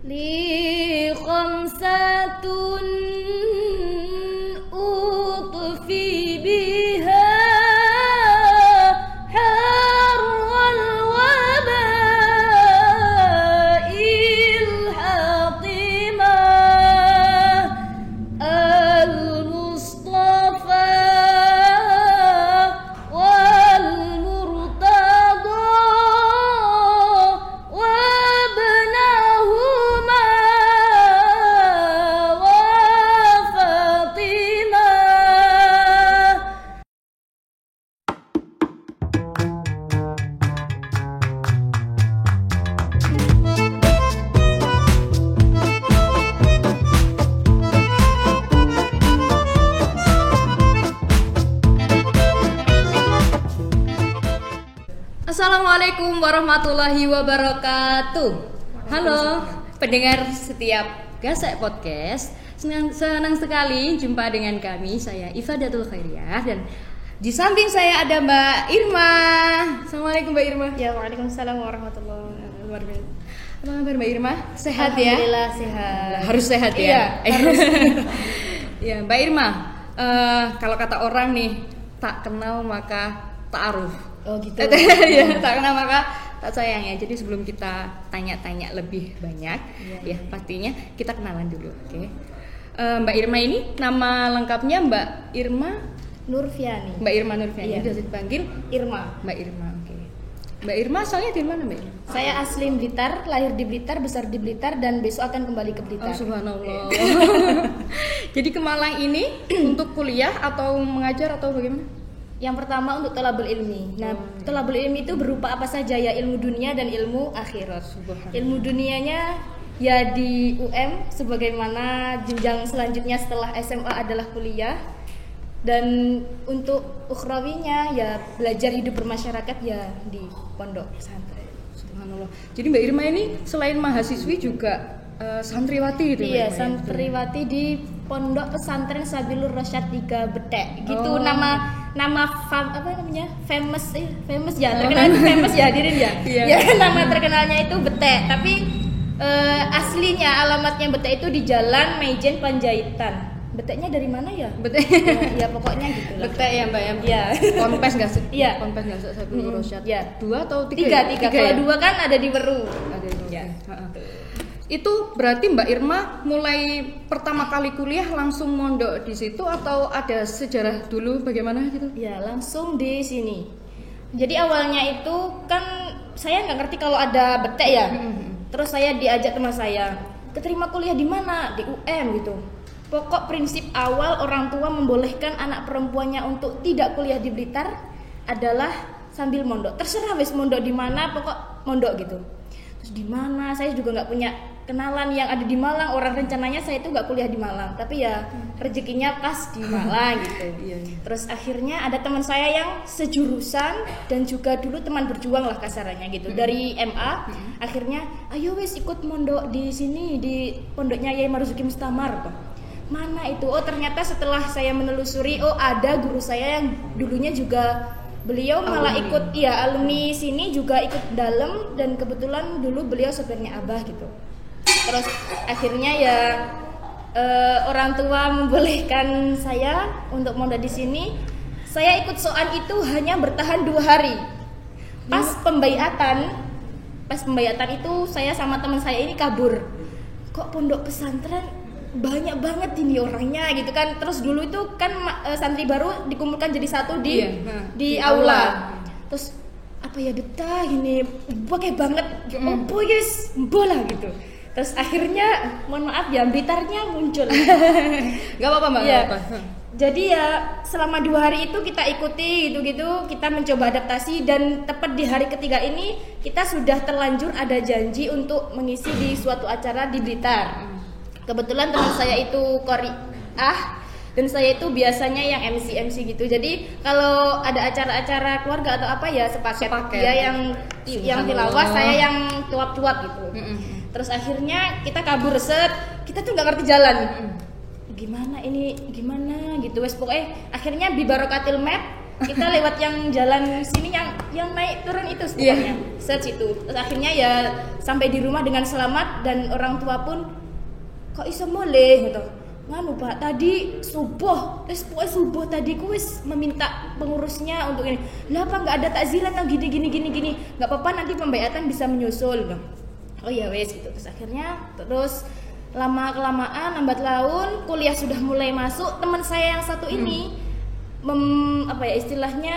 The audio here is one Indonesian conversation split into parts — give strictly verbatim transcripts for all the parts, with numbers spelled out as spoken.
li khamsatun utfi biha Assalamualaikum warahmatullahi wabarakatuh. Halo pendengar setiap Gasek Podcast. Senang, senang sekali jumpa dengan kami. Saya Ifadatul Khairiyah dan di samping saya ada Mbak Irma. Assalamualaikum Mbak Irma. Ya, waalaikumsalam warahmatullahi wabarakatuh. Apa kabar Mbak Irma? Sehat ya? Alhamdulillah sehat. Harus sehat ya. Iya, harus. Ya Mbak Irma, uh, kalau kata orang nih, tak kenal maka ta'aruf. Oh gitu. Ya, tak kenal maka tak sayang ya. Jadi sebelum kita tanya-tanya lebih banyak, ya, ya pastinya kita kenalan dulu, oke? Okay? Uh, Mbak Irma ini nama lengkapnya Mbak Irma Nurfiani. Mbak Irma Nurfiani. Iya. Bisa dipanggil Irma. Mbak Irma, oke. Okay. Mbak Irma asalnya dari mana Mbak Irma? Saya asli Blitar, lahir di Blitar, besar di Blitar dan besok akan kembali ke Blitar. Oh, subhanallah. Jadi ke Malang ini untuk kuliah atau mengajar atau bagaimana? Yang pertama untuk thalabul ilmi. Nah, oh, thalabul ilmi itu berupa apa saja ya, ilmu dunia dan ilmu akhirat. Ilmu dunianya ya di U M, sebagaimana jenjang selanjutnya setelah S M A adalah kuliah. Dan untuk ukhrawinya ya belajar hidup bermasyarakat ya di pondok pesantren. Subhanallah. Jadi Mbak Irma ini selain mahasiswi juga uh, santriwati gitu. Iya, santriwati di Pondok Pesantren Sabilur Rasyad tiga Betek. Gitu oh. nama nama fam, apa namanya? famous eh, famous ya, terkenal famous ya hadirin ya. Iya. Ya nama terkenalnya itu Betek, tapi uh, aslinya alamatnya Betek itu di Jalan Maijen Panjaitan. Beteknya dari mana ya? Betek. Ya, ya pokoknya gitu lah. Betek ya Mbak ya. Iya. Konpes enggak sih? Iya. Konpes enggak sih Sabilur Rasyad? Iya. Dua atau tiga? Tiga, ya? tiga. tiga Kalau ya? dua kan ada di Weru. Ada di Weru. Ya. Itu berarti Mbak Irma mulai pertama kali kuliah langsung mondok di situ atau ada sejarah dulu bagaimana gitu? Ya, langsung di sini. Jadi awalnya itu kan saya nggak ngerti kalau ada Betek ya. Mm-hmm. Terus saya diajak teman saya, keterima kuliah di mana? Di U M gitu. Pokok prinsip awal orang tua membolehkan anak perempuannya untuk tidak kuliah di Blitar adalah sambil mondok. Terserah wis mondok di mana, pokok mondok gitu. Terus di mana? Saya juga nggak punya kenalan yang ada di Malang. Orang rencananya saya itu nggak kuliah di Malang, tapi ya rezekinya pas di Malang gitu. Terus akhirnya ada teman saya yang sejurusan dan juga dulu teman berjuang lah kasarannya gitu. Dari M A, akhirnya ayo wes ikut mondok di sini di pondoknya Yai Marzuki Mustamar. Mana itu? Oh ternyata setelah saya menelusuri, oh ada guru saya yang dulunya juga beliau malah alumni. ikut iya alumni sini juga ikut dalam, dan kebetulan dulu beliau sopirnya Abah gitu. Terus akhirnya ya uh, orang tua membolehkan saya untuk mondok di sini. Saya ikut soal itu hanya bertahan dua hari. Pas pembaiatan, pas pembaiatan itu saya sama teman saya ini kabur. Kok pondok pesantren banyak banget ini orangnya gitu kan. Terus dulu itu kan uh, santri baru dikumpulkan jadi satu di iya, nah, di, di aula. aula. Terus apa ya betah ini pakai banget. Mm. Oh boy yes, bola gitu. Terus akhirnya mohon maaf ya Blitarnya muncul. Gak apa-apa Mbak. Ya. Gak apa. Jadi ya selama dua hari itu kita ikuti gitu-gitu, kita mencoba adaptasi, dan tepat di hari ketiga ini kita sudah terlanjur ada janji untuk mengisi di suatu acara di Blitar. Kebetulan teman saya itu qori'ah dan saya itu biasanya yang M C M C gitu. Jadi kalau ada acara-acara keluarga atau apa ya sepaket. Sepaket. Dia yang yang tilawah, saya yang tuap-tuap gitu. Mm-mm. Terus akhirnya kita kabur set, kita tuh nggak ngerti jalan. Mm. Gimana ini, gimana gitu. Wes pokoknya akhirnya bi barokatil map kita lewat yang jalan sini yang yang naik turun itu sebenarnya. Yeah. Search itu. Terus akhirnya ya sampai di rumah dengan selamat dan orang tua pun kok iso boleh gitu. Nganu Pak, tadi subuh, wis pokoke subuh tadi ku wis meminta pengurusnya untuk ini. Lah apa enggak ada takziran atau gini gini gini gini. Enggak apa-apa nanti pembayatan bisa menyusul, Bang. Oh ya wes gitu. Terus akhirnya terus lama kelamaan lambat laun kuliah sudah mulai masuk. Teman saya yang satu ini hmm. mem, apa ya istilahnya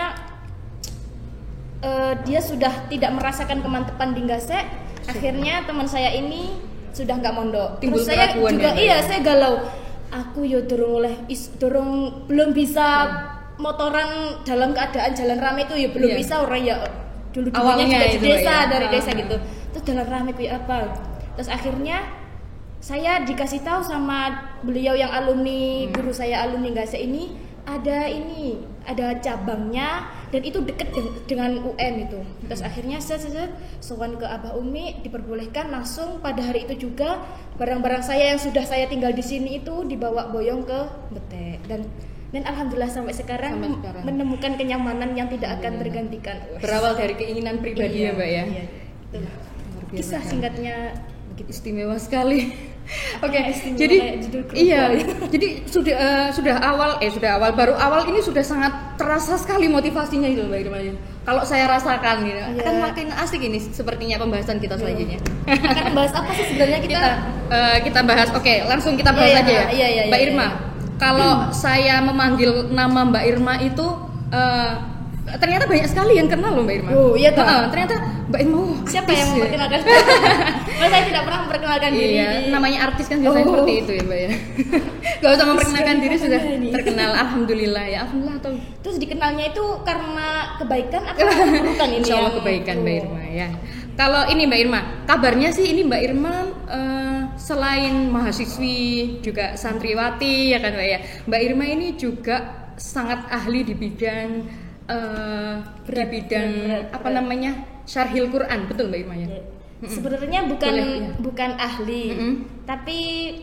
uh, dia sudah tidak merasakan kemantepan di Gasek. Akhirnya teman saya ini sudah enggak mondok. Terus saya juga iya, saya galau. Aku yo durung oleh is, durung belum bisa hmm. motoran dalam keadaan jalan rame itu ya belum yeah. bisa orang ya dulu dulunya juga di desa ya. Dari desa gitu. Terus jalan rame kuwi apa? Terus akhirnya saya dikasih tahu sama beliau yang alumni hmm. guru saya alumni Gasek ini ada ini ada cabangnya dan itu deket dengan U M itu. Terus akhirnya saya saya sowan ke Abah Umi diperbolehkan langsung pada hari itu juga barang-barang saya yang sudah saya tinggal di sini itu dibawa boyong ke Bete dan dan alhamdulillah sampai sekarang, sampai sekarang. menemukan kenyamanan yang tidak akan tergantikan. Berawal dari keinginan pribadi iya, ya, Mbak ya. Iya, itulah. Kisah singkatnya begitu istimewa sekali. Oke, okay, jadi iya, jadi sudah uh, sudah awal eh sudah awal baru awal ini sudah sangat terasa sekali motivasinya itu Mbak Irma. Kalau saya rasakan gitu, yeah. akan makin asik ini sepertinya pembahasan kita selanjutnya. Akan membahas apa sih sebenarnya kita? Kita, uh, kita bahas, oke, okay, langsung kita bahas yeah, aja ya, yeah, yeah, Mbak yeah, Irma. Yeah. Kalau hmm. saya memanggil nama Mbak Irma itu uh, ternyata banyak sekali yang kenal loh Mbak Irma. Oh iya toh. Uh, ternyata Mbak Irma oh, siapa yang memperkenalkan? Kalau saya tidak pernah memperkenalkan diri. Iya, namanya artis kan biasanya oh. seperti itu ya Mbak ya. Gak usah memperkenalkan diri sudah ini. Terkenal. Alhamdulillah ya. Alhamdulillah atau terus dikenalnya itu karena kebaikan atau keburukan ini? Insya Allah kebaikan oh. Mbak Irma ya. Kalau ini Mbak Irma, kabarnya sih ini Mbak Irma uh, selain mahasiswi juga santriwati ya kan Mbak ya. Mbak Irma ini juga sangat ahli di bidang uh, berat, di bidang berat, berat, apa berat. namanya syarhil Quran, betul Mbak Irma ya? Sebenarnya bukan Boleh, ya. bukan ahli, mm-hmm. tapi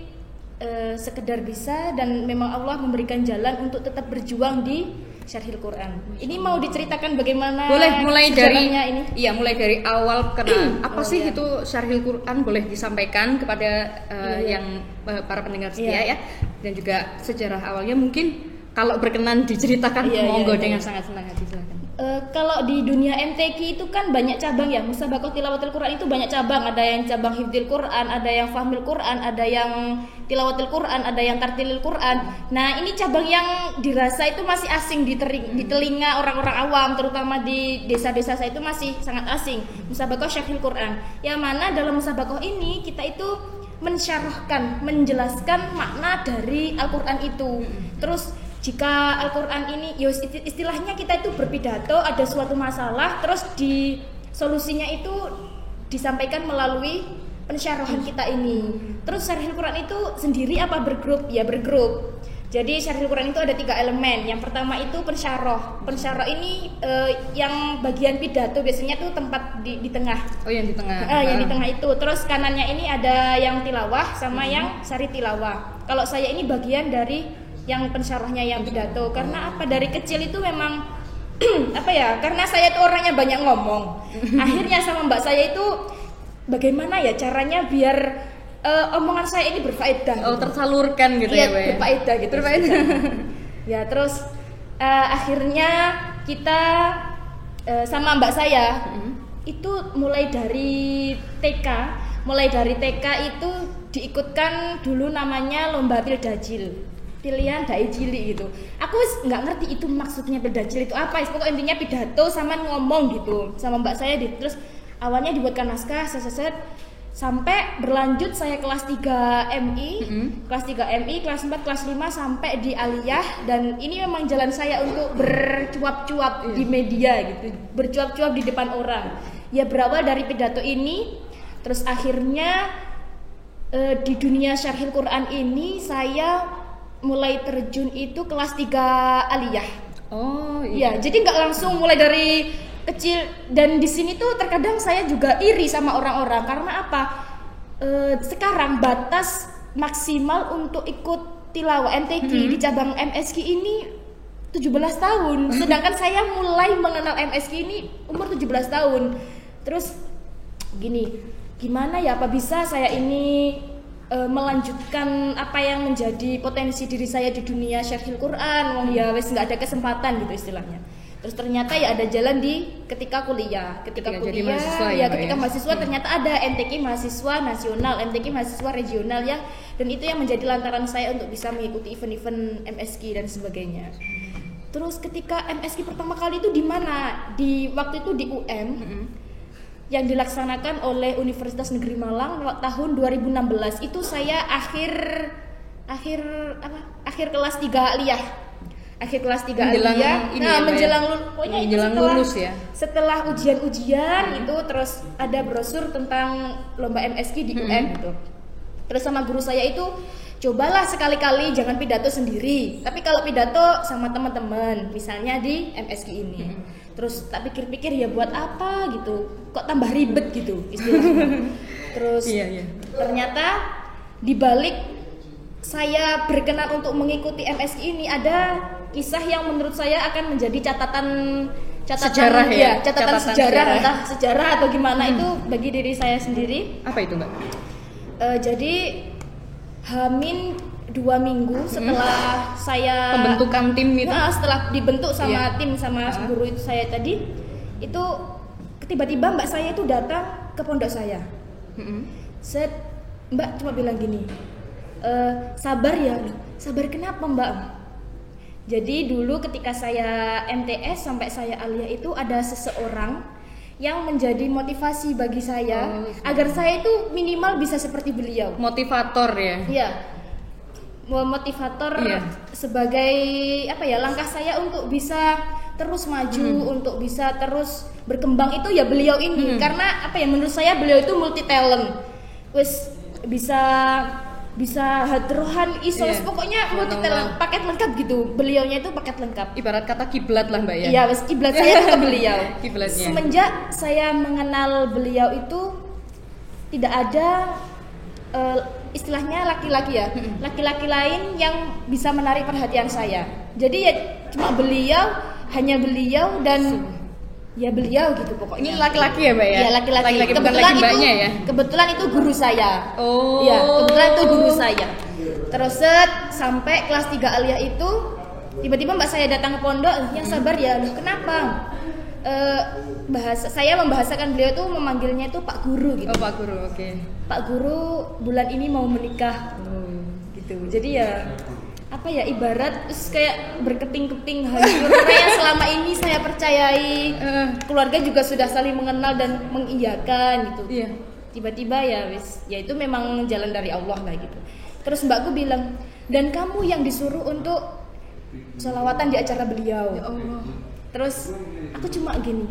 uh, sekedar bisa dan memang Allah memberikan jalan untuk tetap berjuang di syarhil Quran. Ini mau diceritakan bagaimana? Boleh mulai dari ini? Iya, mulai dari awal kenal. Apa oh, sih iya. itu syarhil Quran? Boleh disampaikan kepada uh, iya. yang uh, para pendengar setia iya. ya, dan juga sejarah awalnya mungkin kalau berkenan diceritakan iya, monggo iya, dengan iya. sangat senang hati silakan. Uh, kalau di dunia M T Q itu kan banyak cabang ya, Musabaqah Tilawatil Quran itu banyak cabang, ada yang cabang Hifdzil Quran, ada yang Fahmil Quran, ada yang Tilawatil Quran, ada yang Tartilil Quran. Nah ini cabang yang dirasa itu masih asing di, tering, di telinga orang-orang awam, terutama di desa-desa saya itu masih sangat asing. Musabaqah Syarhil Quran, yang mana dalam Musabaqah ini kita itu mensyarahkan, menjelaskan makna dari Al-Quran itu. Terus jika Al-Quran ini, yos istilahnya kita itu berpidato, ada suatu masalah, terus di solusinya itu disampaikan melalui pensyarahan kita ini. Terus syarhil Quran itu sendiri apa bergrup? Ya bergrup. Jadi syarhil Quran itu ada tiga elemen. Yang pertama itu pensyarah. Pensyarah ini eh, yang bagian pidato biasanya tuh tempat di, di tengah. Oh yang di tengah. Eh, yang di tengah itu. Terus kanannya ini ada yang tilawah sama hmm. yang syari tilawah. Kalau saya ini bagian dari yang pensyarahnya yang pidato, karena apa, dari kecil itu memang apa ya, karena saya itu orangnya banyak ngomong. Akhirnya sama mbak saya itu bagaimana ya caranya biar uh, omongan saya ini berfaedah. Oh, tersalurkan gitu ya, ya, berfaedah gitu. Berfaedah. Ya, terus uh, akhirnya kita uh, sama mbak saya mm-hmm. itu mulai dari T K, mulai dari T K itu diikutkan dulu namanya lomba pildajil. Pilihan dai cilik gitu. Aku nggak ngerti itu maksudnya pildajil itu apa. Pokoknya intinya pidato sama ngomong gitu. Sama mbak saya di, terus awalnya dibuatkan naskah seset sampai berlanjut saya kelas tiga M I, mm-hmm. kelas tiga M I, kelas empat, kelas lima sampai di aliyah, dan ini memang jalan saya untuk bercuap-cuap yeah. di media gitu. Bercuap-cuap di depan orang. Ya berawal dari pidato ini, terus akhirnya eh, di dunia syarhil Quran ini saya mulai terjun itu kelas tiga aliyah. Oh iya. Ya, jadi nggak langsung mulai dari kecil, dan di sini tuh terkadang saya juga iri sama orang-orang karena apa? E, sekarang batas maksimal untuk ikut tilawah M T Q hmm. di cabang M S Q ini tujuh belas tahun. Sedangkan saya mulai mengenal M S K ini umur tujuh belas tahun. Terus gini, gimana ya, apa bisa saya ini uh, melanjutkan apa yang menjadi potensi diri saya di dunia syarhil Quran? Wong ya wes nggak ada kesempatan gitu istilahnya. Terus ternyata ya ada jalan di ketika kuliah, ketika, ketika kuliah, mahasiswa, ya, ya ketika ya? mahasiswa hmm. ternyata ada M T Q mahasiswa nasional, M T Q mahasiswa regional ya, dan itu yang menjadi lantaran saya untuk bisa mengikuti event-event M S Q dan sebagainya. Terus ketika M S Q pertama kali itu di mana? Di waktu itu di U M hmm. yang dilaksanakan oleh Universitas Negeri Malang tahun dua ribu enam belas. Itu saya akhir akhir apa? Akhir kelas tiga aliyah. Akhir kelas tiga menjelang aliyah. Ini Nah, ya, menjelang lulus, pokoknya itu setelah lulus ya. Setelah ujian-ujian hmm. itu terus ada brosur tentang lomba M S Q di hmm. U M gitu. Terus sama guru saya itu, cobalah sekali-kali jangan pidato sendiri, tapi kalau pidato sama teman-teman, misalnya di M S Q ini. Hmm. Terus tak pikir-pikir ya buat apa gitu, kok tambah ribet gitu istilahnya. Terus iya, iya. ternyata dibalik saya berkenan untuk mengikuti M S Q ini ada kisah yang menurut saya akan menjadi catatan catatan sejarah ya, ya catatan, catatan sejarah, sejarah entah sejarah atau gimana hmm. itu bagi diri saya sendiri. Apa itu, Mbak? Uh, jadi Hamin dua minggu setelah hmm. saya pembentukan tim itu, nah, setelah dibentuk sama yeah. tim sama uh. guru itu saya tadi, itu tiba-tiba mbak saya itu datang ke pondok saya. Hmm. Set, mbak cuma bilang gini, e, sabar ya, sabar kenapa mbak? Jadi dulu ketika saya M T S sampai saya aliyah itu ada seseorang yang menjadi motivasi bagi saya oh, agar saya itu minimal bisa seperti beliau. Motivator ya? Iya. Motivator iya. sebagai apa ya, langkah saya untuk bisa terus maju, hmm. untuk bisa terus berkembang itu ya beliau ini. Hmm. Karena apa ya, menurut saya beliau itu multi talent. Wes bisa bisa hadrohan isos yeah. pokoknya multi talent, paket lengkap gitu. Beliaunya itu paket lengkap. Ibarat kata kiblat lah mbak ya. Iya, wes kiblat saya itu ke beliau. Kiblatnya. Semenjak saya mengenal beliau itu tidak ada uh, istilahnya laki-laki ya, laki-laki lain yang bisa menarik perhatian saya. Jadi ya cuma beliau, hanya beliau dan ya beliau gitu pokoknya. Ini laki-laki ya mbak ya? Iya laki-laki. Laki-laki kebetulan bukan laki itu, ya? kebetulan itu guru saya. Oh. Iya, kebetulan itu guru saya. Terus set, sampai kelas tiga aliyah itu tiba-tiba mbak saya datang ke pondok, yang sabar ya, loh kenapa? Uh, bahasa saya membahasakan beliau tuh memanggilnya itu Pak Guru gitu. Oh Pak Guru, oke. Okay. Pak Guru bulan ini mau menikah, oh, gitu. Jadi ya apa ya, ibarat kayak berketing-keting hancur yang selama ini saya percayai, uh. keluarga juga sudah saling mengenal dan mengiyakan gitu. Yeah. Tiba-tiba ya wis, ya itu memang jalan dari Allah lah gitu. Terus mbakku bilang, dan kamu yang disuruh untuk sholawatan di acara beliau. Ya Allah. Terus aku cuma gini,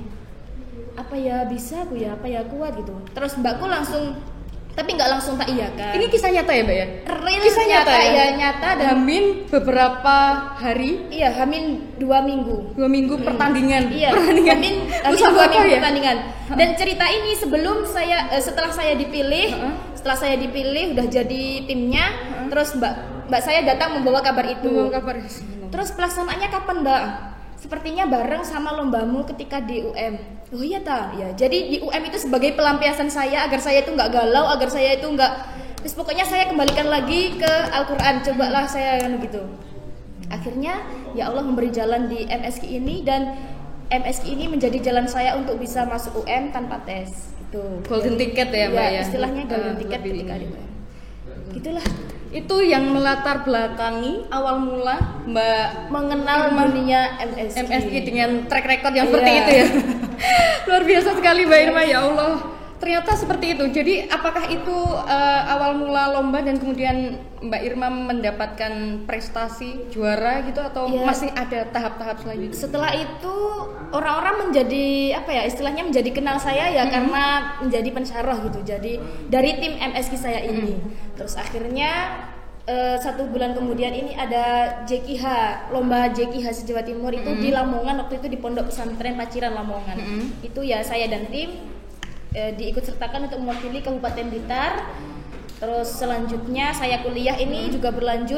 apa ya bisa aku ya, apa ya kuat gitu. Terus mbakku langsung, tapi nggak langsung tak iyakan. Ini kisah nyata ya mbak ya? Real kisah nyata, nyata ya? ya nyata dan Hamin beberapa hari. Iya, Hamin dua minggu. Dua minggu hmm. pertandingan. Iya. Pertandingan. Hamin, Hamin dua minggu ya? pertandingan. Dan cerita ini sebelum saya, eh, setelah saya dipilih, uh-huh. setelah saya dipilih udah jadi timnya, uh-huh. terus mbak mbak saya datang membawa kabar itu. Membawa kabar. Terus pelaksanaannya kapan mbak? Sepertinya bareng sama lombamu ketika di U M. Oh iya ta, ya. Jadi di U M itu sebagai pelampiasan saya agar saya itu nggak galau, agar saya itu nggak. Terus pokoknya saya kembalikan lagi ke Al-Quran. Cobalah saya kan gitu. Akhirnya ya Allah memberi jalan di M S Q ini dan M S Q ini menjadi jalan saya untuk bisa masuk U M tanpa tes. Itu. Golden Jadi, ticket ya mbak ya. Istilahnya golden uh, ticket ketika di U M. Gitulah. Itu yang melatar belakangi awal mula Mbak mengenal dunia M S Q. M S Q dengan track record yang seperti yeah. itu ya. Luar biasa sekali Mbak Irma, ya Allah. Ternyata seperti itu. Jadi apakah itu uh, awal mula lomba dan kemudian Mbak Irma mendapatkan prestasi juara gitu atau yeah. masih ada tahap-tahap selanjutnya? Setelah itu orang-orang menjadi apa ya, istilahnya menjadi kenal saya ya mm-hmm. karena menjadi pensyarah gitu. Jadi dari tim M S Q saya ini. Mm-hmm. Terus akhirnya uh, satu bulan kemudian ini ada J K H, lomba J K H se-Jawa Timur itu mm-hmm. di Lamongan, waktu itu di Pondok Pesantren Paciran Lamongan. Mm-hmm. Itu ya saya dan tim e, diikut sertakan untuk mewakili Kabupaten Blitar. Terus selanjutnya saya kuliah ini juga berlanjut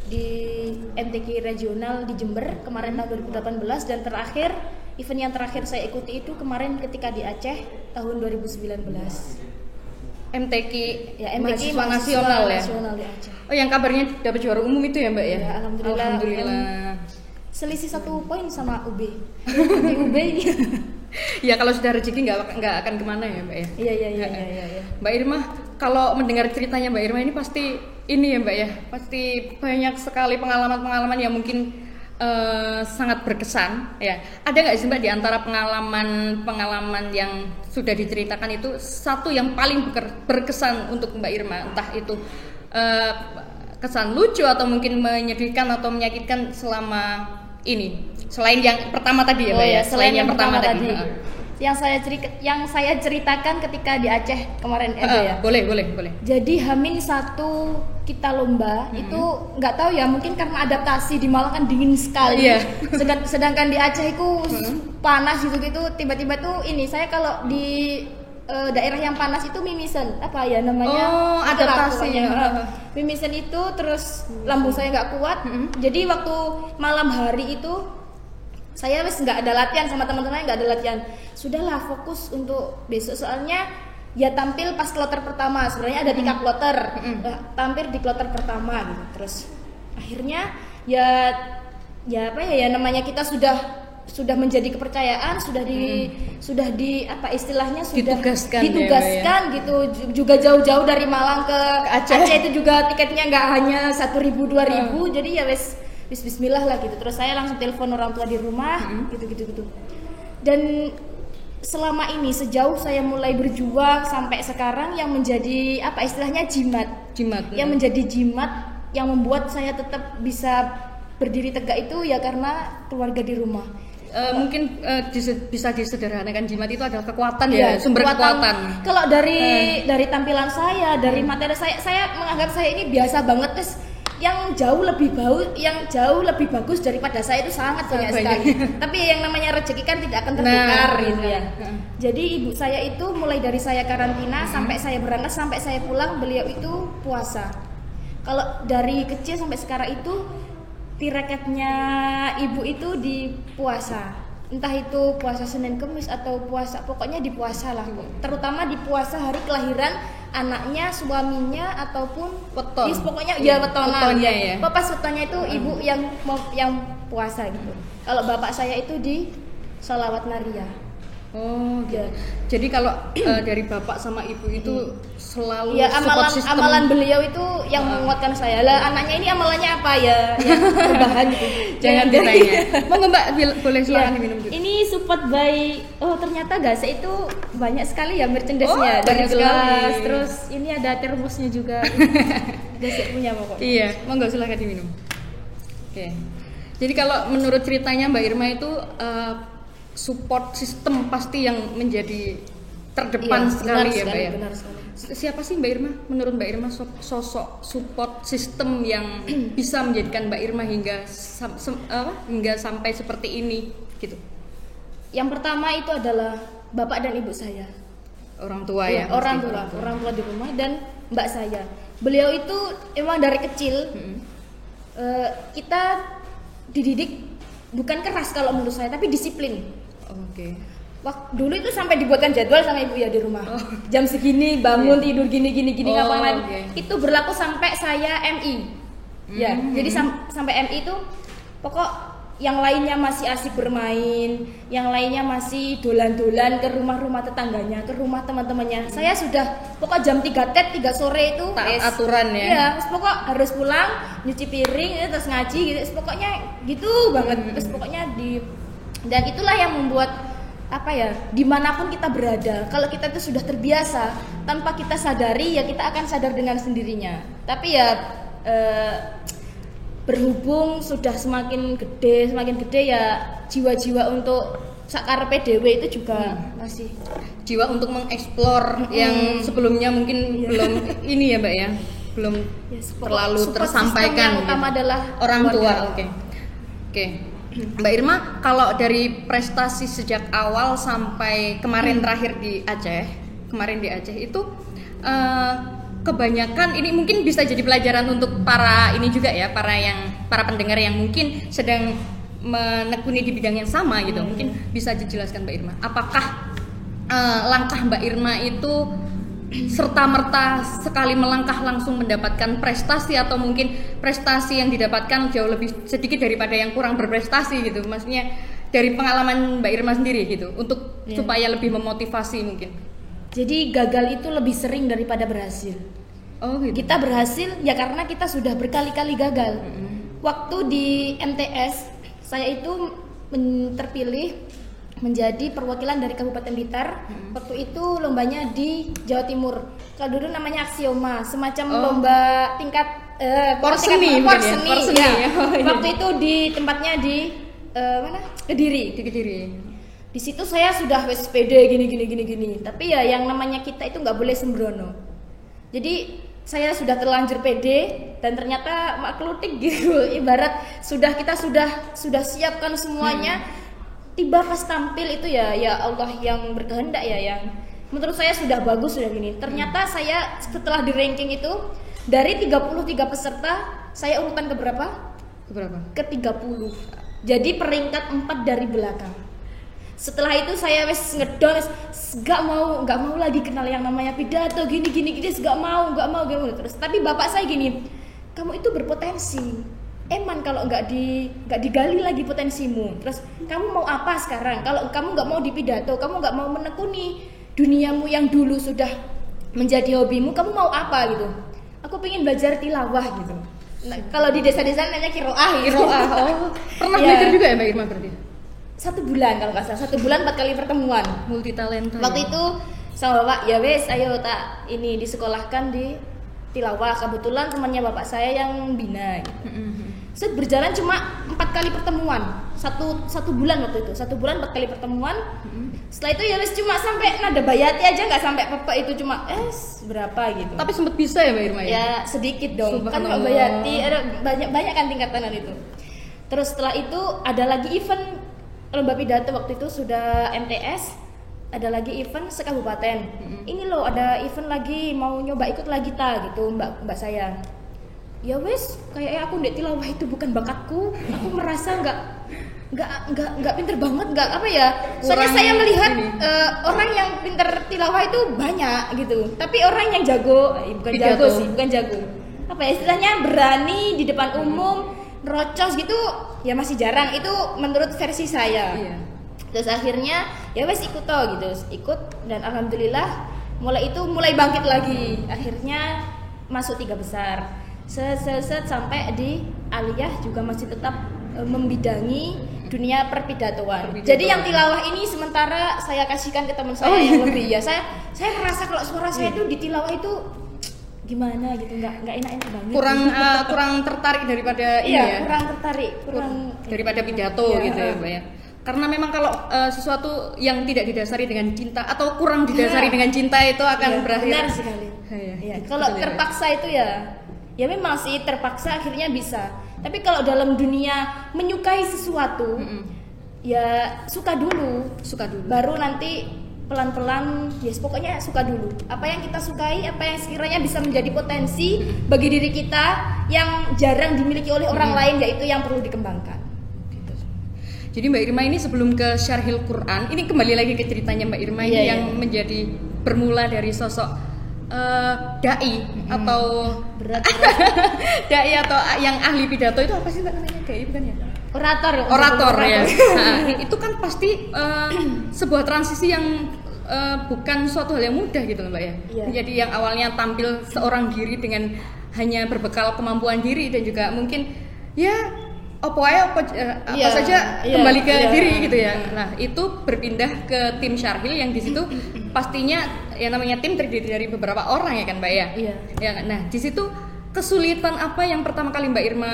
di M T Q regional di Jember kemarin tahun dua ribu delapan belas, dan terakhir event yang terakhir saya ikuti itu kemarin ketika di Aceh tahun dua ribu sembilan belas. M T Q Ya, M T Q mahasiswa nasional ya. Nasional di Aceh. Oh, yang kabarnya dapat juara umum itu ya, Mbak ya? Ya, alhamdulillah. Alhamdulillah. Selisih satu poin sama U B. Di U B ini. Ya kalau sudah rezeki nggak nggak akan kemana ya, Mbak ya. Iya iya iya iya. Ya. Mbak Irma, kalau mendengar ceritanya Mbak Irma ini pasti ini ya Mbak ya, pasti banyak sekali pengalaman-pengalaman yang mungkin uh, sangat berkesan ya. Ada nggak sih Mbak di antara pengalaman-pengalaman yang sudah diceritakan itu satu yang paling berkesan untuk Mbak Irma, entah itu uh, kesan lucu atau mungkin menyedihkan atau menyakitkan selama ini, selain yang pertama tadi ya Mbak oh, ya, selain, selain yang, yang pertama, pertama tadi, tadi. yang saya cerita, yang saya ceritakan ketika di Aceh kemarin uh, uh, ya. Boleh boleh boleh. Jadi Hamin satu kita lomba hmm. itu nggak tahu ya, mungkin karena adaptasi di Malang kan dingin sekali. Yeah. Sedang, sedangkan di Aceh itu hmm. panas gitu gitu. Tiba-tiba tuh ini saya kalau di uh, daerah yang panas itu mimisen apa ya namanya? Oh, adaptasi. Uh, mimisen itu terus lambung saya nggak kuat. Hmm. Jadi waktu malam hari itu saya wes nggak ada latihan sama teman-teman, nggak ada latihan. Sudahlah fokus untuk besok, soalnya ya tampil pas kloter pertama. Sebenarnya ada tiga kloter, mm-hmm. tampil di kloter pertama gitu. Terus akhirnya ya ya apa ya, ya namanya kita sudah sudah menjadi kepercayaan, sudah di mm. sudah di apa istilahnya sudah ditugaskan, ditugaskan ya, gitu. Juga jauh-jauh dari Malang ke, ke Aceh. Aceh itu juga tiketnya nggak hanya satu ribu dua ribu, mm. jadi ya wes bismillah lah gitu. Terus saya langsung telepon orang tua di rumah, mm-hmm. gitu-gitu gitu. Dan selama ini sejauh saya mulai berjuang sampai sekarang, yang menjadi apa istilahnya jimat, jimat, yang mm. menjadi jimat yang membuat saya tetap bisa berdiri tegak itu ya karena keluarga di rumah. Uh, mungkin uh, dis- bisa disederhanakan jimat itu adalah kekuatan ya, ya sumber kekuatan. kekuatan. Kalau dari uh. dari tampilan saya, dari materi saya, saya menganggap saya ini biasa banget, terus yang jauh lebih bau, yang jauh lebih bagus daripada saya itu sangat banyak, banyak sekali. Tapi yang namanya rezeki kan tidak akan tertukar nah, gitu ya. Nah. Jadi ibu saya itu mulai dari saya karantina hmm. sampai saya berangkat sampai saya pulang, beliau itu puasa. Kalau dari kecil sampai sekarang itu tirekatnya ibu itu di puasa. Entah itu puasa Senin Kemis atau puasa, pokoknya di puasa lah. Terutama di puasa hari kelahiran anaknya, suaminya ataupun weton. Pokoknya ya wetonan ya. ya. Pas wetonnya itu hmm. ibu yang yang puasa gitu. Kalau bapak saya itu di sholawat naria. Oh, gitu. Ya. Jadi kalau uh, dari bapak sama ibu itu hmm. selalu ya, amalan sistem. amalan beliau itu yang uh. menguatkan saya. Lah anaknya ini amalannya apa ya? Yang perubahan gitu. Jangan ditanya. Monggo Mbak, boleh silakan ya. diminum dulu. Ini support by oh ternyata Gase itu banyak sekali ya merchandise-nya. Oh, dari gelas, sekali. Terus ini ada termosnya juga. Gase punya pokoknya. Iya, monggo silakan diminum. Oke. Jadi kalau menurut ceritanya Mbak Irma itu uh, support system pasti yang menjadi terdepan iya, sekali ya sekali, Mbak ya. Benar sekali. Siapa sih Mbak Irma? Menurut Mbak Irma sosok support system yang bisa menjadikan Mbak Irma hingga sam, sem, apa, hingga sampai seperti ini gitu. Yang pertama itu adalah bapak dan ibu saya. Orang tua ya. ya orang tua, orang tua, orang tua di rumah dan mbak saya. Beliau itu emang dari kecil hmm. uh, kita dididik bukan keras kalau menurut saya, tapi disiplin. Oke. Okay. Waktu dulu itu sampai dibuatkan jadwal sama ibu ya di rumah. Oh. Jam segini bangun yeah. tidur gini gini gini oh, ngapain. Okay. Itu berlaku sampai saya M I. Mm-hmm. Ya, jadi sam- sampai M I itu pokok yang lainnya masih asik bermain, yang lainnya masih dolan-dolan ke rumah-rumah tetangganya, ke rumah teman-temannya. Mm-hmm. Saya sudah pokok jam tiga tet tiga sore itu taat aturan ya. Iya, pokok harus pulang, nyuci piring, terus ngaji gitu. Pokoknya gitu banget. Mm-hmm. Terus pokoknya di dan itulah yang membuat apa ya, dimanapun kita berada, kalau kita itu sudah terbiasa, tanpa kita sadari ya kita akan sadar dengan sendirinya. Tapi ya eh, berhubung sudah semakin gede, semakin gede ya jiwa-jiwa untuk sakarepe dhewe itu juga hmm. masih jiwa untuk mengeksplor hmm. yang sebelumnya mungkin yeah. belum ini ya Mbak ya, belum ya, terlalu tersampaikan. Yang utama gitu. Adalah orang tua. Oke, oke. Okay. Okay. Mbak Irma, kalau dari prestasi sejak awal sampai kemarin hmm. terakhir di Aceh, kemarin di Aceh itu uh, kebanyakan ini mungkin bisa jadi pelajaran untuk para ini juga ya, para yang para pendengar yang mungkin sedang menekuni di bidang yang sama gitu. Hmm. Mungkin bisa dijelaskan Mbak Irma, apakah uh, langkah Mbak Irma itu serta-merta sekali melangkah langsung mendapatkan prestasi, atau mungkin prestasi yang didapatkan jauh lebih sedikit daripada yang kurang berprestasi gitu. Maksudnya dari pengalaman Mbak Irma sendiri gitu, untuk yeah. supaya lebih memotivasi mungkin. Jadi gagal itu lebih sering daripada berhasil. Oh gitu. Kita berhasil ya karena kita sudah berkali-kali gagal. Mm-hmm. Waktu di M T S saya itu men- terpilih menjadi perwakilan dari Kabupaten Blitar. Mm-hmm. Waktu itu lombanya di Jawa Timur. Kalau dulu namanya Aksioma, semacam oh. lomba tingkat uh, porseni, porseni. porseni ya. Ya. Oh, iya. Waktu itu di tempatnya di uh, mana? Kediri. Di Kediri. Di situ saya sudah wes pede gini gini gini gini. Tapi ya yang namanya kita itu nggak boleh sembrono. Jadi saya sudah terlanjur pede dan ternyata maklutik gitu. Ibarat sudah kita sudah sudah siapkan semuanya. Hmm. Tiba pas tampil itu ya ya Allah yang berkehendak ya, yang menurut saya sudah bagus sudah gini. Ternyata hmm. saya setelah di ranking itu dari tiga puluh tiga peserta saya urutan ke berapa? Ke berapa? Ke tiga puluh. Jadi peringkat empat dari belakang. Setelah itu saya wes ngedon, gak mau, gak mau lagi kenal yang namanya pidato gini gini gini, gak mau, gak mau, gak mau terus. Tapi bapak saya gini, kamu itu berpotensi. Eman kalau nggak di, nggak digali lagi potensimu. Terus kamu mau apa sekarang? Kalau kamu nggak mau di pidato, kamu nggak mau menekuni duniamu yang dulu sudah menjadi hobimu, kamu mau apa gitu? Aku pengen belajar tilawah gitu. Nah, kalau di desa-desa namanya kiroah, gitu. Kiroah. Oh, pernah belajar juga ya Mbak Irma berarti? Satu bulan kalau nggak salah, satu bulan empat kali pertemuan. Multi talenta. Waktu ya? itu sama bapak, ya wes, ayo tak ini disekolahkan di tilawah. Kebetulan temannya bapak saya yang bina. Mm-hmm. Set berjalan cuma empat kali pertemuan, satu satu bulan waktu itu, satu bulan empat kali pertemuan. Mm-hmm. Setelah itu ya wes cuma sampai nada bayati aja, nggak sampai bapak itu cuma eh berapa gitu. Tapi sempat bisa ya Mbak Irma ya? Ya sedikit dong. Kan Pak Bayati ada banyak banyak kan tingkatan itu. Terus setelah itu ada lagi event lomba pidato, waktu itu sudah M T S, ada lagi event sekabupaten. Mm-hmm. Ini loh ada event lagi, mau nyoba ikut lagi ta gitu mbak mbak saya. Ya wes, kayaknya aku ndek tilawah itu bukan bakatku. Aku merasa nggak nggak nggak nggak pinter banget, nggak apa ya. Soalnya saya melihat uh, orang yang pinter tilawah itu banyak gitu. Tapi orang yang jago, eh, bukan pidato. jago sih, bukan jago. Apa ya istilahnya, berani di depan umum, rocos gitu ya masih jarang. Itu menurut versi saya. Iya. Terus akhirnya ya wes ikut toh gitu, ikut dan alhamdulillah mulai itu mulai bangkit lagi. Akhirnya masuk tiga besar. Set set set sampai di aliyah juga masih tetap e, membidangi dunia perpidatoan. Perpidatoan. Jadi yang tilawah ini sementara saya kasihkan ke teman saya oh, yang lebih ya. Saya saya merasa kalau suara saya itu di tilawah itu gimana gitu, nggak nggak enak-enak banget. Kurang uh, kurang tertarik daripada ini iya, ya. kurang tertarik, kurang daripada pidato iya, gitu ya, Mbak ya. Karena memang kalau uh, sesuatu yang tidak didasari dengan cinta atau kurang didasari ya. dengan cinta itu akan ya, berakhir. Benar sekali. Ya, ya. Kalau terpaksa ya. itu ya, ya memang sih terpaksa akhirnya bisa. Tapi kalau dalam dunia menyukai sesuatu, mm-mm. ya suka dulu, suka dulu. Baru nanti pelan-pelan, yes pokoknya suka dulu. Apa yang kita sukai, apa yang sekiranya bisa menjadi potensi bagi diri kita yang jarang dimiliki oleh orang hmm. lain, yaitu yang perlu dikembangkan. Gitu. Jadi Mbak Irma ini sebelum ke Syarhil Quran, ini kembali lagi ke ceritanya Mbak Irma ini yeah, yang yeah. menjadi bermula dari sosok uh, dai hmm. atau berat, dai atau yang ahli pidato itu apa sih Mbak namanya? Dai bukan ya? Orator, orator ya. Nah, itu kan pasti uh, sebuah transisi yang uh, bukan suatu hal yang mudah gitu Mbak ya. Yeah. Jadi yang awalnya tampil seorang diri dengan hanya berbekal kemampuan diri dan juga mungkin ya apa ya apa, uh, apa yeah. saja yeah. kembali ke yeah. diri gitu ya. Nah, itu berpindah ke tim Syarhil yang di situ pastinya yang namanya tim terdiri dari beberapa orang ya kan Mbak ya. Yeah. Ya, nah, di situ kesulitan apa yang pertama kali Mbak Irma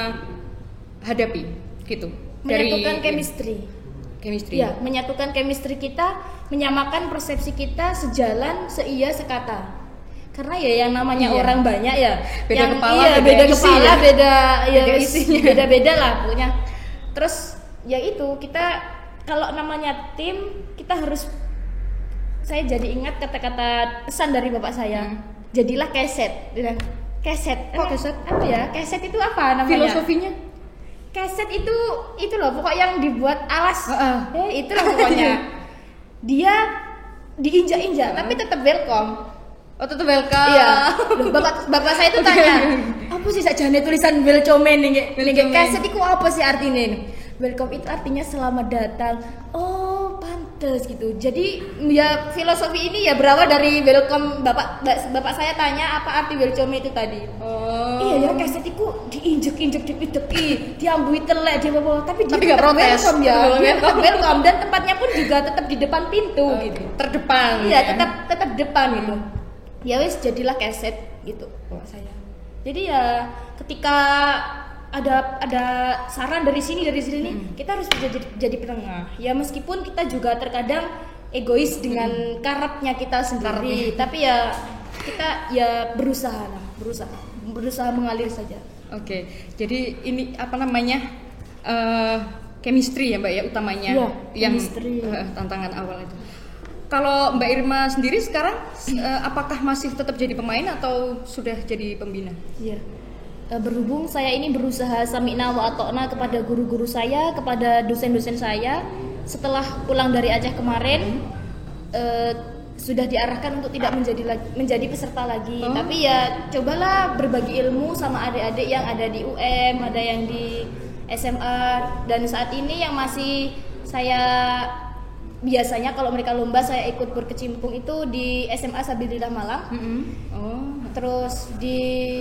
hadapi? Gitu. Menyatukan dari chemistry. Chemistry. Ya, menyatukan chemistry kita, menyamakan persepsi kita sejalan, seia, sekata. Karena ya yang namanya iya. orang banyak ya, beda yang kepala, iya, beda, beda isi, kepala, ya. beda ya beda isinya. Beda-beda lah pokoknya. Terus ya itu kita kalau namanya tim, kita harus, saya jadi ingat kata-kata pesan dari bapak saya. Hmm. jadilah keset. Dia bilang, keset. Kok keset? Apa ya? Keset itu apa namanya? Filosofinya? Keset itu itu loh pokok yang dibuat alas. Uh-uh. Eh, itulah pokoknya. Dia diinjak-injak uh-uh. tapi tetap welcome. Oh, tetap welcome. Iya. Loh, bapak bapak saya itu Okay. tanya, apa sih sakjane tulisan welcome nih? Nih Welcome. keset itu apa sih artinya ini? Welcome itu artinya selamat datang. Oh, pantes gitu. Jadi ya filosofi ini ya berawal dari welcome. Bapak bapak saya tanya apa arti welcome itu tadi. Oh. Iya ya, keset itu diinjek-injek, dipideki, diambui telek, dia bawa, tapi dia Tapi nggak tetap protes. welcome ya. Tetap Dia tetap welcome dan tempatnya pun juga tetap di depan pintu Oh, gitu. terdepan. Iya, ya. tetap tetap depan gitu. Ya wis jadilah keset gitu bapak saya. Jadi ya ketika ada ada saran dari sini dari sini Hmm. kita harus jadi jadi penengah. Ya meskipun kita juga terkadang egois dengan Hmm. karapnya kita sendiri, tapi ya kita ya berusaha lah, berusaha berusaha mengalir saja. Oke, jadi ini apa namanya uh, chemistry ya Mbak ya utamanya Iya, yang chemistry. uh, tantangan awal itu. Kalau Mbak Irma sendiri sekarang uh, apakah masih tetap jadi pemain atau sudah jadi pembina? Iya. E, berhubung saya ini berusaha sami'na wa ata'na kepada guru-guru saya, kepada dosen-dosen saya, setelah pulang dari Aceh kemarin e, sudah diarahkan untuk tidak menjadi lagi, menjadi peserta lagi. Oh. Tapi ya cobalah berbagi ilmu sama adik-adik yang ada di U M, ada yang di S M A, dan saat ini yang masih saya biasanya kalau mereka lomba saya ikut berkecimpung itu di S M A Sabilillah Malang. Mm-hmm. Oh. Terus di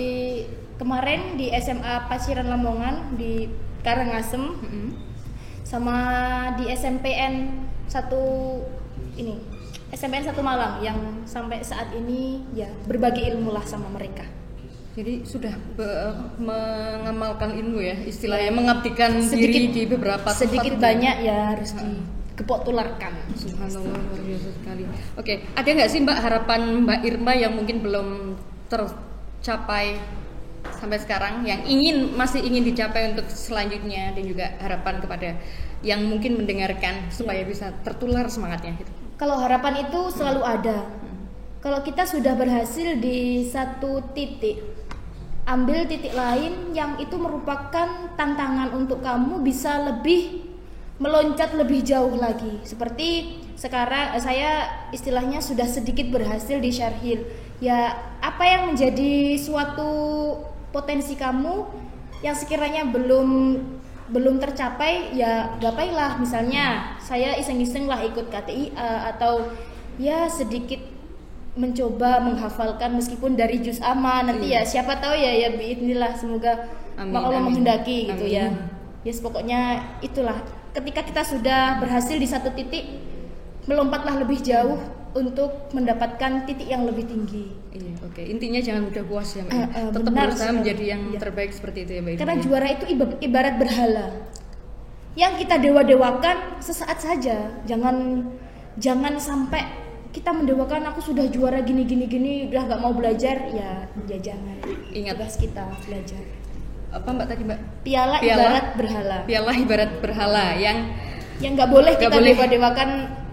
kemarin di S M A Paciran Lamongan di Karangasem, Mm-hmm. sama di S M P N satu ini S M P N satu Malang yang sampai saat ini ya berbagi ilmu lah sama mereka. Jadi sudah be- mengamalkan ilmu ya istilahnya, mengabdikan Sedikit- diri di beberapa tempat Sedikit itu. banyak ya harus dikepok tularkan. Subhanallah, luar biasa sekali. Oke, ada nggak sih Mbak harapan Mbak Irma yang mungkin belum tercapai sampai sekarang, yang ingin masih ingin dicapai untuk selanjutnya, dan juga harapan kepada yang mungkin mendengarkan supaya bisa tertular semangatnya gitu. Kalau harapan itu selalu ada. Kalau kita sudah berhasil di satu titik, ambil titik lain yang itu merupakan tantangan untuk kamu bisa lebih meloncat lebih jauh lagi. Seperti sekarang saya istilahnya sudah sedikit berhasil di Syarhil. Ya, apa yang menjadi suatu potensi kamu yang sekiranya belum belum tercapai, ya gapailah. Misalnya saya iseng-iseng lah ikut K T I A atau ya sedikit mencoba menghafalkan meskipun dari juz amma nanti Iya. ya siapa tahu ya ya biidznillah, semoga Amin, Allah amin. menghendaki gitu Amin. ya. Ya yes, pokoknya itulah, ketika kita sudah berhasil di satu titik, melompatlah lebih jauh untuk mendapatkan titik yang lebih tinggi. Iya, oke. Intinya jangan mudah puas ya, Mbak. Uh, uh, Tetap benar berusaha sekali. menjadi yang Iya. terbaik seperti itu ya, Mbak. Karena Irma. juara itu iba- ibarat berhala yang kita dewa-dewakan sesaat saja. Jangan jangan sampai kita mendewakan aku sudah juara gini gini gini udah nggak mau belajar, ya ya jangan. Ingat. Tugas kita belajar. Apa Mbak tadi, Mbak? Piala, Piala. ibarat berhala Piala ibarat berhala yang yang nggak boleh Nggak kita boleh. dewa-dewakan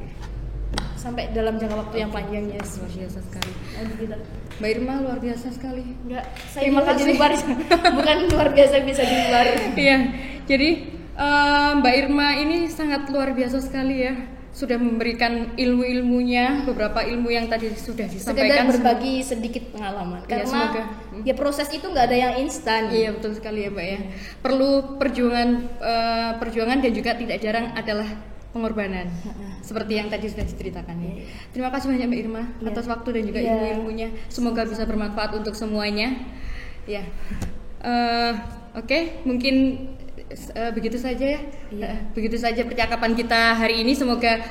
sampai dalam jangka waktu yang panjang ya. luar biasa sekali. Alhamdulillah. Mbak Irma luar biasa sekali. Enggak, saya Terima bisa di kasih. luar, bukan luar biasa bisa di luar. Iya, jadi eh, Mbak Irma ini sangat luar biasa sekali ya. Sudah memberikan ilmu-ilmunya, beberapa ilmu yang tadi sudah Sekedar disampaikan. berbagi sedikit pengalaman, Iya, karena semoga. ya proses itu nggak ada yang instan. Iya, betul sekali ya Mbak ya. Perlu perjuangan eh, perjuangan dan juga tidak jarang adalah pengorbanan. Seperti yang tadi sudah diceritakan ya. Terima kasih banyak Mbak Irma Iya. atas waktu dan juga Iya. ilmu-ilmunya. Semoga bisa bermanfaat untuk semuanya. Ya. Eh, Oke, mungkin eh, begitu saja ya. Iya. Eh, begitu saja percakapan kita hari ini. Semoga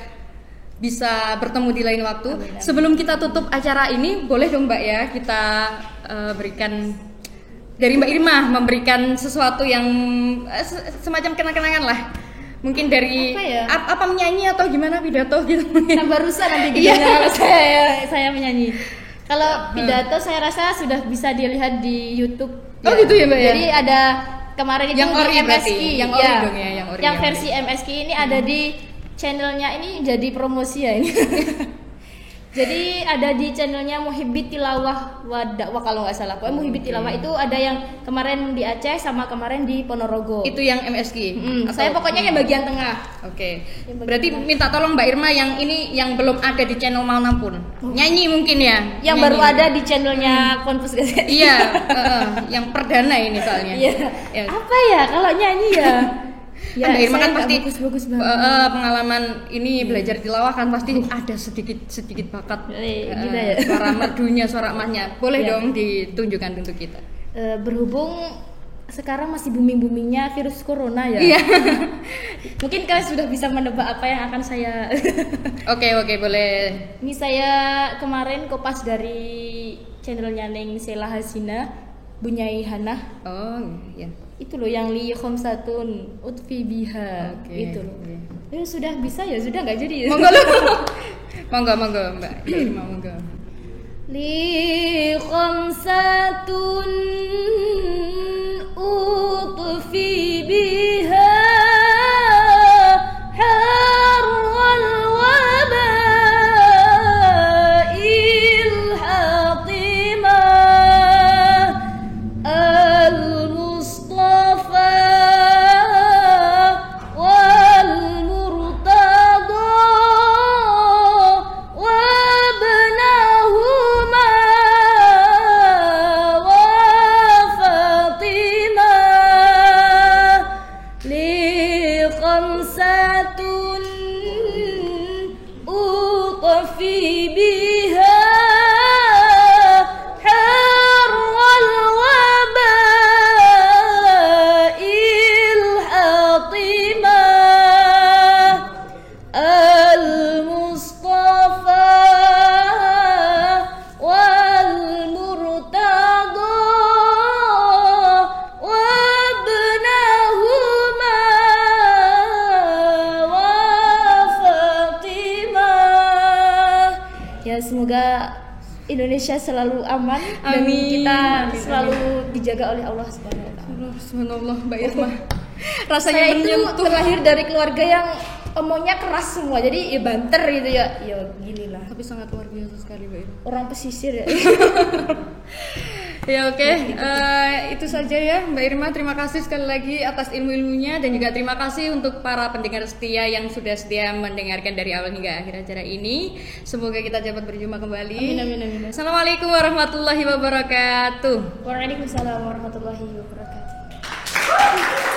bisa bertemu di lain waktu. Amin, amin. Sebelum kita tutup acara ini, boleh dong Mbak ya kita eh, berikan dari Mbak Irma memberikan sesuatu yang eh, se- semacam kenang-kenangan lah. Mungkin dari Apa ya? ap- apa menyanyi atau gimana pidato gitu. Kan barusan nanti Iya. gimana kalau saya saya menyanyi. Kalau pidato saya rasa sudah bisa dilihat di YouTube. Oh, gitu ya, Mbak, ya? Jadi ada kemarin itu Yang ori di M S K, berarti? Yang ori dong ya, yang ori, Yang yang versi M S K ini ada di channelnya, ini jadi promosi ya ini. Jadi ada di channelnya Muhibbit Tilawah wa Dakwah kalau nggak salah. Pokoknya Muhibbit Okay. Tilawah itu ada yang kemarin di Aceh sama kemarin di Ponorogo. Itu yang M S G. Mm, Atau- saya pokoknya yang bagian tengah. Oke. Yang Berarti bagian minta tolong Mbak Irma yang ini yang belum ada di channel manapun. Nyanyi mungkin ya. Yang Nyanyi. baru ada di channelnya Ponpes Gazette. Iya, heeh, yang perdana ini soalnya. Iya. Ya. Apa ya kalau nyanyi ya? Ya, Kan Mbak Irma saya kan nggak pasti bagus-bagus banget. eh, eh, pengalaman ini belajar tilawah kan pasti ada sedikit sedikit bakat Eh, eh, gila ya. suara merdunya, suara emasnya. Boleh Ya. dong ditunjukkan untuk kita. Eh, berhubung sekarang masih booming-boomingnya virus corona ya. Iya. Mungkin kalian sudah bisa menebak apa yang akan saya. Oke, oke, boleh. Ini saya kemarin kopas dari channelnya Neng Sela Hasina, Bunyai Hana. Oh, iya. Itu loh yang li khamsatun utfi biha. Oke, Itu loh. oke. Ya sudah bisa ya, sudah nggak jadi ya. Monggo lu. Monggo, monggo, Mbak Irma, monggo. Li khamsatun utfi biha harwal waba'il hatimah al-mustafa wal murtada wabnahuma wa fatimah li khamsatun uqfi biha harwal waba'il hatimah al-mustafa wal murtada wabnahuma wa fatimah. Ya semoga Indonesia selalu aman dan Amin. kita Amin, selalu dijaga oleh Allah Subhanahu wa taala. Subhanallah, Mbak Irma. Rasanya Rasanya itu menyentuh. terlahir dari keluarga yang omongnya keras semua, jadi ya banter gitu ya. Ya gini lah. Tapi sangat luar biasa sekali, Mbak Irma. Orang pesisir ya. Ya oke, Eh, itu saja ya Mbak Irma. Terima kasih sekali lagi atas ilmu-ilmunya dan juga terima kasih untuk para pendengar setia yang sudah setia mendengarkan dari awal hingga akhir acara ini. Semoga kita dapat berjumpa kembali. Amin, amin, amin. Assalamualaikum warahmatullahi wabarakatuh. Waalaikumsalam warahmatullahi wabarakatuh.